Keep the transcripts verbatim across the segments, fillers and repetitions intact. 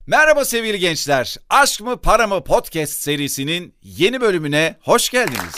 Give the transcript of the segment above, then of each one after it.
Merhaba sevgili gençler. Aşk mı Para mı podcast serisinin yeni bölümüne hoş geldiniz.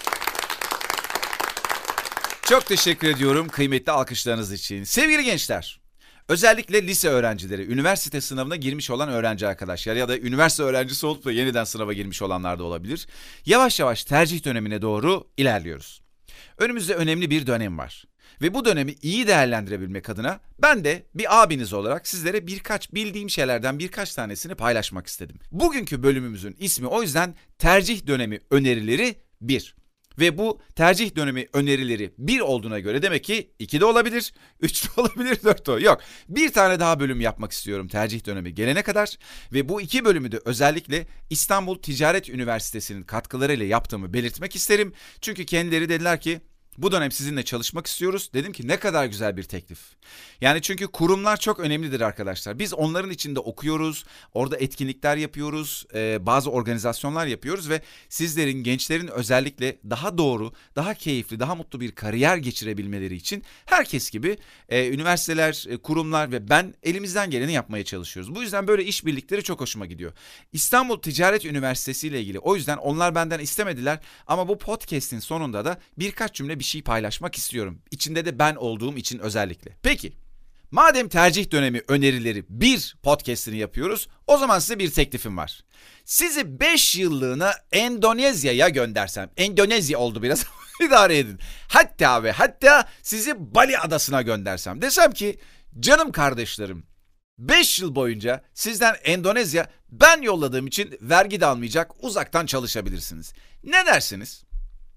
Çok teşekkür ediyorum kıymetli alkışlarınız için. Sevgili gençler, özellikle lise öğrencileri, üniversite sınavına girmiş olan öğrenci arkadaşlar ya da üniversite öğrencisi olup da yeniden sınava girmiş olanlar da olabilir. Yavaş yavaş tercih dönemine doğru ilerliyoruz. Önümüzde önemli bir dönem var. Ve bu dönemi iyi değerlendirebilmek adına ben de bir abiniz olarak sizlere birkaç bildiğim şeylerden birkaç tanesini paylaşmak istedim. Bugünkü bölümümüzün ismi o yüzden tercih dönemi önerileri bir. Ve bu tercih dönemi önerileri bir olduğuna göre demek ki iki de olabilir, üç de olabilir, dört de olabilir. Yok, bir tane daha bölüm yapmak istiyorum tercih dönemi gelene kadar. Ve bu iki bölümü de özellikle İstanbul Ticaret Üniversitesi'nin katkılarıyla yaptığımı belirtmek isterim. Çünkü kendileri dediler ki bu dönem sizinle çalışmak istiyoruz. Dedim ki ne kadar güzel bir teklif. Yani çünkü kurumlar çok önemlidir arkadaşlar. Biz onların içinde okuyoruz, orada etkinlikler yapıyoruz, e, bazı organizasyonlar yapıyoruz ve sizlerin, gençlerin özellikle daha doğru, daha keyifli, daha mutlu bir kariyer geçirebilmeleri için herkes gibi e, üniversiteler, e, kurumlar ve ben elimizden geleni yapmaya çalışıyoruz. Bu yüzden böyle işbirlikleri çok hoşuma gidiyor. İstanbul Ticaret Üniversitesi ile ilgili o yüzden onlar benden istemediler ama bu podcast'in sonunda da birkaç cümle bir şey paylaşmak istiyorum. İçinde de ben olduğum için özellikle. Peki, madem tercih dönemi önerileri bir podcast'ini yapıyoruz, o zaman size bir teklifim var. Sizi beş yıllığına Endonezya'ya göndersem, Endonezya oldu biraz idare edin. Hatta ve hatta sizi Bali adasına göndersem. Desem ki canım kardeşlerim, beş yıl boyunca sizden Endonezya ben yolladığım için vergi de almayacak, uzaktan çalışabilirsiniz. Ne dersiniz?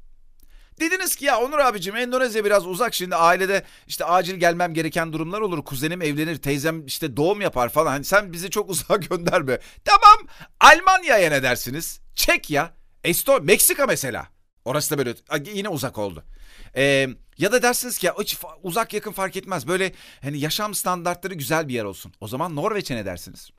Dediniz ki ya Onur abicim Endonezya biraz uzak, şimdi ailede işte acil gelmem gereken durumlar olur. Kuzenim evlenir, teyzem işte doğum yapar falan. Hani sen bizi çok uzağa gönderme. Tamam, Almanya'ya ne dersiniz? Çekya, Eston, Meksika mesela. Orası da böyle yine uzak oldu. Ee, ya da dersiniz ki ya hiç uzak yakın fark etmez. Böyle hani yaşam standartları güzel bir yer olsun. O zaman Norveç'e ne dersiniz?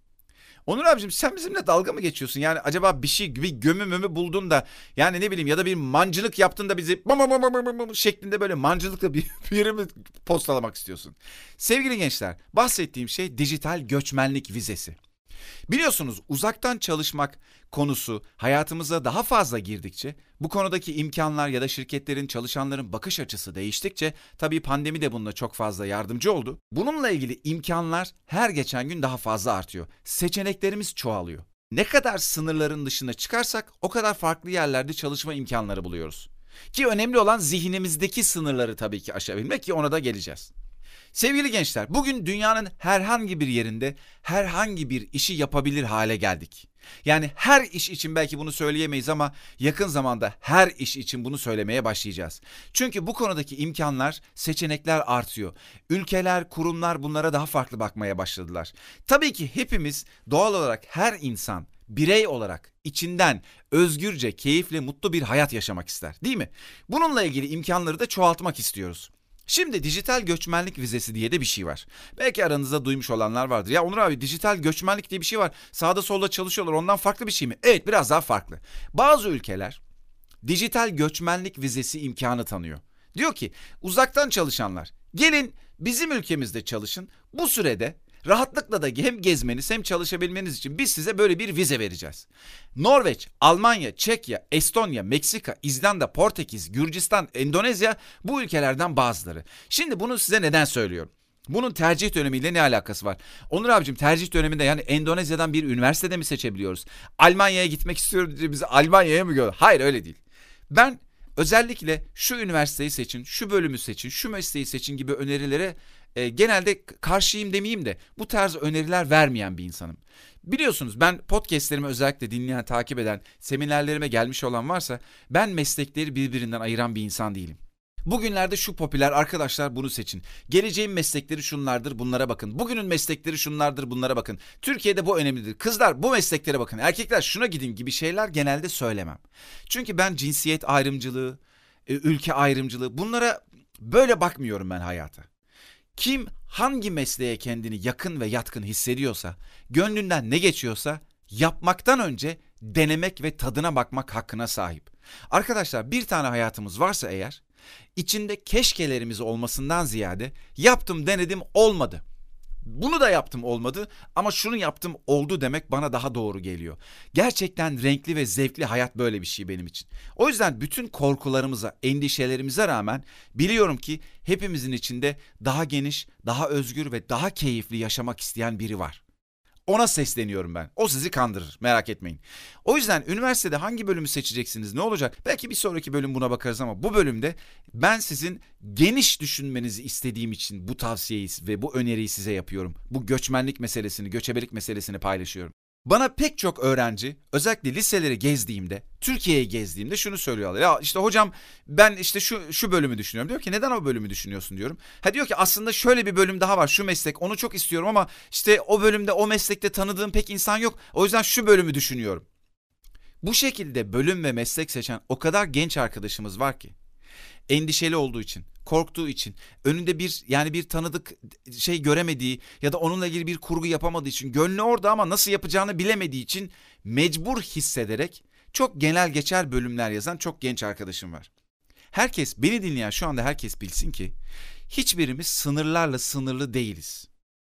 Onur abicim sen bizimle dalga mı geçiyorsun? Yani acaba bir şey, bir gömü mömü buldun da yani ne bileyim ya da bir mancınık yaptın da bizi şeklinde böyle mancınıkla bir, bir yere mi postalamak istiyorsun? Sevgili gençler, bahsettiğim şey dijital göçmenlik vizesi. Biliyorsunuz uzaktan çalışmak konusu hayatımıza daha fazla girdikçe, bu konudaki imkanlar ya da şirketlerin, çalışanların bakış açısı değiştikçe tabii pandemi de bununla çok fazla yardımcı oldu. Bununla ilgili imkanlar her geçen gün daha fazla artıyor. Seçeneklerimiz çoğalıyor. Ne kadar sınırların dışına çıkarsak o kadar farklı yerlerde çalışma imkanları buluyoruz. Ki önemli olan zihnimizdeki sınırları tabii ki aşabilmek, ki ona da geleceğiz. Sevgili gençler, bugün dünyanın herhangi bir yerinde herhangi bir işi yapabilir hale geldik. Yani her iş için belki bunu söyleyemeyiz ama yakın zamanda her iş için bunu söylemeye başlayacağız. Çünkü bu konudaki imkanlar, seçenekler artıyor. Ülkeler, kurumlar bunlara daha farklı bakmaya başladılar. Tabii ki hepimiz doğal olarak her insan birey olarak içinden özgürce, keyifli, mutlu bir hayat yaşamak ister, değil mi? Bununla ilgili imkanları da çoğaltmak istiyoruz. Şimdi dijital göçmenlik vizesi diye de bir şey var. Belki aranızda duymuş olanlar vardır. Ya Onur abi dijital göçmenlik diye bir şey var. Sağda solda çalışıyorlar, ondan farklı bir şey mi? Evet, biraz daha farklı. Bazı ülkeler dijital göçmenlik vizesi imkanı tanıyor. Diyor ki uzaktan çalışanlar gelin bizim ülkemizde çalışın. Bu sürede rahatlıkla da hem gezmeniz hem çalışabilmeniz için biz size böyle bir vize vereceğiz. Norveç, Almanya, Çekya, Estonya, Meksika, İzlanda, Portekiz, Gürcistan, Endonezya bu ülkelerden bazıları. Şimdi bunu size neden söylüyorum? Bunun tercih dönemiyle ne alakası var? Onur abicim tercih döneminde yani Endonezya'dan bir üniversitede mi seçebiliyoruz? Almanya'ya gitmek istiyoruz diye bizi Almanya'ya mı gönder? Hayır, öyle değil. Ben özellikle şu üniversiteyi seçin, şu bölümü seçin, şu mesleği seçin gibi önerilere e, genelde karşıyım demeyeyim de bu tarz öneriler vermeyen bir insanım. Biliyorsunuz ben podcastlerimi özellikle dinleyen, takip eden, seminerlerime gelmiş olan varsa ben meslekleri birbirinden ayıran bir insan değilim. Bugünlerde şu popüler, arkadaşlar bunu seçin. Geleceğin meslekleri şunlardır, bunlara bakın. Bugünün meslekleri şunlardır, bunlara bakın. Türkiye'de bu önemlidir. Kızlar bu mesleklere bakın. Erkekler şuna gidin gibi şeyler genelde söylemem. Çünkü ben cinsiyet ayrımcılığı, ülke ayrımcılığı bunlara böyle bakmıyorum ben hayata. Kim hangi mesleğe kendini yakın ve yatkın hissediyorsa, gönlünden ne geçiyorsa yapmaktan önce denemek ve tadına bakmak hakkına sahip. Arkadaşlar bir tane hayatımız varsa eğer, içinde keşkelerimiz olmasından ziyade yaptım denedim olmadı. Bunu da yaptım olmadı ama şunu yaptım oldu demek bana daha doğru geliyor. Gerçekten renkli ve zevkli hayat böyle bir şey benim için. O yüzden bütün korkularımıza, endişelerimize rağmen biliyorum ki hepimizin içinde daha geniş, daha özgür ve daha keyifli yaşamak isteyen biri var. Ona sesleniyorum ben. O sizi kandırır, merak etmeyin. O yüzden üniversitede hangi bölümü seçeceksiniz, ne olacak? Belki bir sonraki bölüm buna bakarız ama bu bölümde ben sizin geniş düşünmenizi istediğim için bu tavsiyeyi ve bu öneriyi size yapıyorum. Bu göçmenlik meselesini, göçebelik meselesini paylaşıyorum. Bana pek çok öğrenci, özellikle liseleri gezdiğimde, Türkiye'yi gezdiğimde şunu söylüyorlar. Ya işte hocam ben işte şu şu bölümü düşünüyorum. Diyor ki neden o bölümü düşünüyorsun diyorum. Ha diyor ki aslında şöyle bir bölüm daha var, şu meslek, onu çok istiyorum ama işte o bölümde, o meslekte tanıdığım pek insan yok. O yüzden şu bölümü düşünüyorum. Bu şekilde bölüm ve meslek seçen o kadar genç arkadaşımız var ki. Endişeli olduğu için, korktuğu için, önünde bir yani bir tanıdık şey göremediği ya da onunla ilgili bir kurgu yapamadığı için, gönlü orada ama nasıl yapacağını bilemediği için mecbur hissederek çok genel geçer bölümler yazan çok genç arkadaşım var. Herkes, beni dinleyen şu anda herkes bilsin ki hiçbirimiz sınırlarla sınırlı değiliz.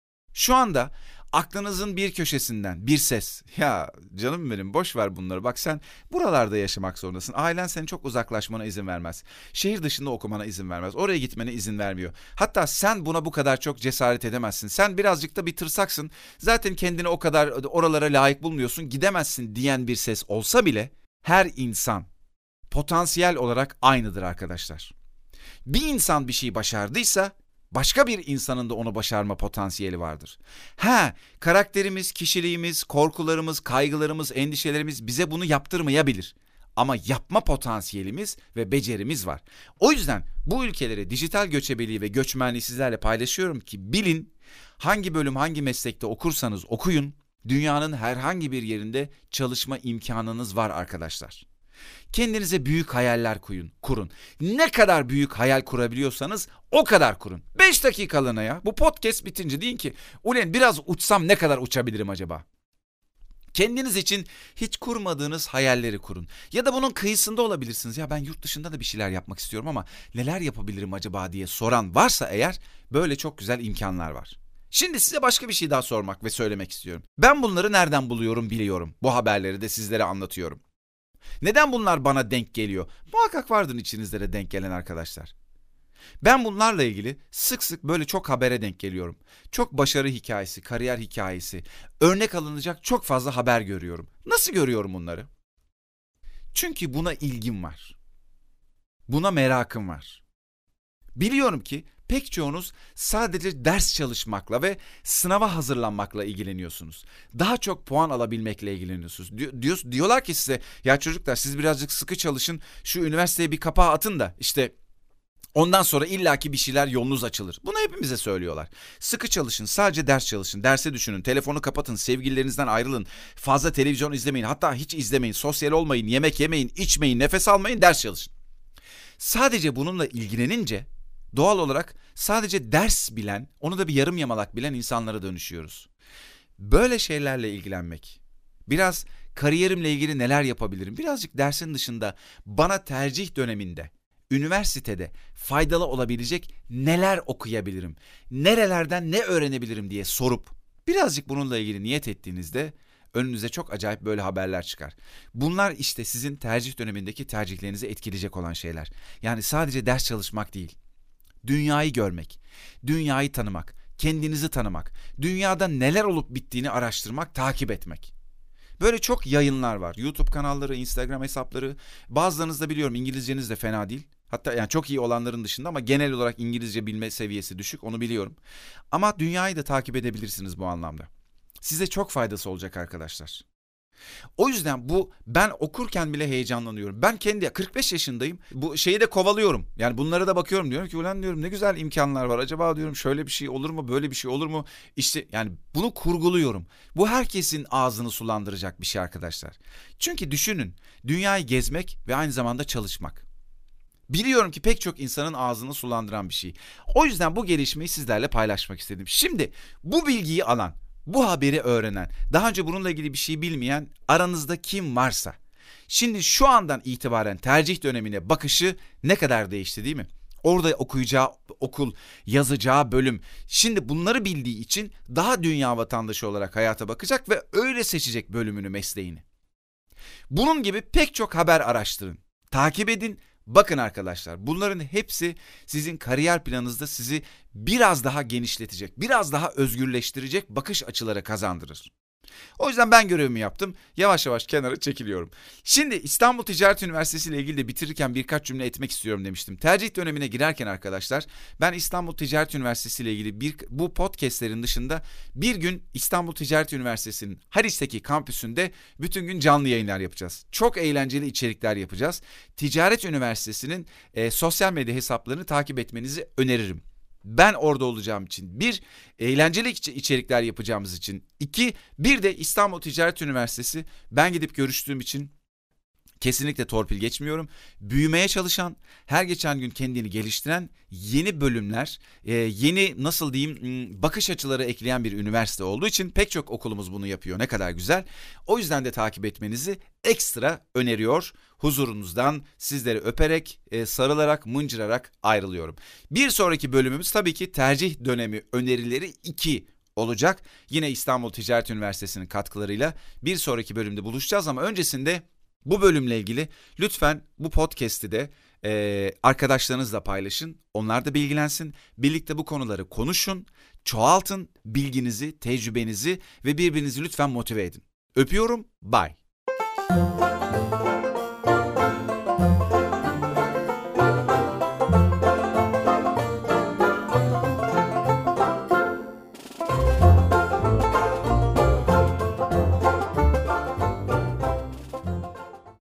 Şu anda aklınızın bir köşesinden bir ses, ya canım benim boş ver bunları, bak sen buralarda yaşamak zorundasın. Ailen senin çok uzaklaşmana izin vermez. Şehir dışında okumana izin vermez. Oraya gitmene izin vermiyor. Hatta sen buna bu kadar çok cesaret edemezsin. Sen birazcık da bir tırsaksın. Zaten kendini o kadar oralara layık bulmuyorsun, gidemezsin diyen bir ses olsa bile her insan potansiyel olarak aynıdır arkadaşlar. Bir insan bir şey başardıysa başka bir insanın da onu başarma potansiyeli vardır. Ha, karakterimiz, kişiliğimiz, korkularımız, kaygılarımız, endişelerimiz bize bunu yaptırmayabilir. Ama yapma potansiyelimiz ve becerimiz var. O yüzden bu ülkelere dijital göçebeliği ve göçmenliği sizlerle paylaşıyorum ki bilin, hangi bölüm hangi meslekte okursanız okuyun, dünyanın herhangi bir yerinde çalışma imkanınız var arkadaşlar. Kendinize büyük hayaller koyun, kurun. Ne kadar büyük hayal kurabiliyorsanız o kadar kurun. beş dakikalığına ya. Bu podcast bitince deyin ki ulen biraz uçsam ne kadar uçabilirim acaba? Kendiniz için hiç kurmadığınız hayalleri kurun. Ya da bunun kıyısında olabilirsiniz. Ya ben yurt dışında da bir şeyler yapmak istiyorum ama neler yapabilirim acaba diye soran varsa eğer, böyle çok güzel imkanlar var. Şimdi size başka bir şey daha sormak ve söylemek istiyorum. Ben bunları nereden buluyorum biliyorum. Bu haberleri de sizlere anlatıyorum. Neden bunlar bana denk geliyor? Muhakkak vardır içinizde de denk gelen arkadaşlar. Ben bunlarla ilgili sık sık böyle çok habere denk geliyorum. Çok başarı hikayesi, kariyer hikayesi, örnek alınacak çok fazla haber görüyorum. Nasıl görüyorum bunları? Çünkü buna ilgim var. Buna merakım var. Biliyorum ki pek çoğunuz sadece ders çalışmakla ve sınava hazırlanmakla ilgileniyorsunuz. Daha çok puan alabilmekle ilgileniyorsunuz. Diyor, diyorlar ki size, ya çocuklar siz birazcık sıkı çalışın, şu üniversiteye bir kapağı atın da işte ondan sonra illaki bir şeyler yolunuz açılır. Bunu hepimize söylüyorlar. Sıkı çalışın, sadece ders çalışın, derse düşünün, telefonu kapatın, sevgililerinizden ayrılın, fazla televizyon izlemeyin, hatta hiç izlemeyin, sosyal olmayın, yemek yemeyin, içmeyin, nefes almayın, ders çalışın. Sadece bununla ilgilenince doğal olarak sadece ders bilen, onu da bir yarım yamalak bilen insanlara dönüşüyoruz. Böyle şeylerle ilgilenmek, biraz kariyerimle ilgili neler yapabilirim, birazcık dersin dışında bana tercih döneminde, üniversitede faydalı olabilecek neler okuyabilirim, nerelerden ne öğrenebilirim diye sorup birazcık bununla ilgili niyet ettiğinizde önünüze çok acayip böyle haberler çıkar. Bunlar işte sizin tercih dönemindeki tercihlerinizi etkileyecek olan şeyler. Yani sadece ders çalışmak değil. Dünyayı görmek, dünyayı tanımak, kendinizi tanımak, dünyada neler olup bittiğini araştırmak, takip etmek. Böyle çok yayınlar var. YouTube kanalları, Instagram hesapları. Bazılarınız da biliyorum İngilizceniz de fena değil. Hatta yani çok iyi olanların dışında ama genel olarak İngilizce bilme seviyesi düşük, onu biliyorum. Ama dünyayı da takip edebilirsiniz bu anlamda. Size çok faydası olacak arkadaşlar. O yüzden bu, ben okurken bile heyecanlanıyorum. Ben kendi kırk beş yaşındayım. Bu şeyi de kovalıyorum. Yani bunlara da bakıyorum, diyorum ki ulan diyorum ne güzel imkanlar var. Acaba diyorum şöyle bir şey olur mu, böyle bir şey olur mu? İşte yani bunu kurguluyorum. Bu herkesin ağzını sulandıracak bir şey arkadaşlar. Çünkü düşünün, dünyayı gezmek ve aynı zamanda çalışmak. Biliyorum ki pek çok insanın ağzını sulandıran bir şey. O yüzden bu gelişmeyi sizlerle paylaşmak istedim. Şimdi bu bilgiyi alan, bu haberi öğrenen, daha önce bununla ilgili bir şey bilmeyen aranızda kim varsa, şimdi şu andan itibaren tercih dönemine bakışı ne kadar değişti değil mi? orada okuyacağı okul, yazacağı bölüm. Şimdi bunları bildiği için daha dünya vatandaşı olarak hayata bakacak ve öyle seçecek bölümünü, mesleğini. Bunun gibi pek çok haber araştırın, takip edin. Bakın arkadaşlar, bunların hepsi sizin kariyer planınızda sizi biraz daha genişletecek, biraz daha özgürleştirecek bakış açıları kazandırır. O yüzden ben görevimi yaptım. Yavaş yavaş kenara çekiliyorum. Şimdi İstanbul Ticaret Üniversitesi ile ilgili de bitirirken birkaç cümle etmek istiyorum demiştim. Tercih dönemine girerken arkadaşlar, ben İstanbul Ticaret Üniversitesi ile ilgili bir, bu podcastlerin dışında bir gün İstanbul Ticaret Üniversitesi'nin Haliç'teki kampüsünde bütün gün canlı yayınlar yapacağız. Çok eğlenceli içerikler yapacağız. Ticaret Üniversitesi'nin e, sosyal medya hesaplarını takip etmenizi öneririm. Ben orada olacağım için, bir, eğlenceli içerikler yapacağımız için, iki, bir de İstanbul Ticaret Üniversitesi, ben gidip görüştüğüm için kesinlikle torpil geçmiyorum. Büyümeye çalışan, her geçen gün kendini geliştiren, yeni bölümler, e, yeni nasıl diyeyim bakış açıları ekleyen bir üniversite olduğu için pek çok okulumuz bunu yapıyor. Ne kadar güzel. O yüzden de takip etmenizi ekstra öneriyor. Huzurunuzdan sizleri öperek, e, sarılarak, mıncırarak ayrılıyorum. Bir sonraki bölümümüz tabii ki tercih dönemi önerileri iki olacak. Yine İstanbul Ticaret Üniversitesi'nin katkılarıyla bir sonraki bölümde buluşacağız ama öncesinde bu bölümle ilgili lütfen bu podcast'i de e, arkadaşlarınızla paylaşın. Onlar da bilgilensin. Birlikte bu konuları konuşun, çoğaltın bilginizi, tecrübenizi ve birbirinizi lütfen motive edin. Öpüyorum, bye.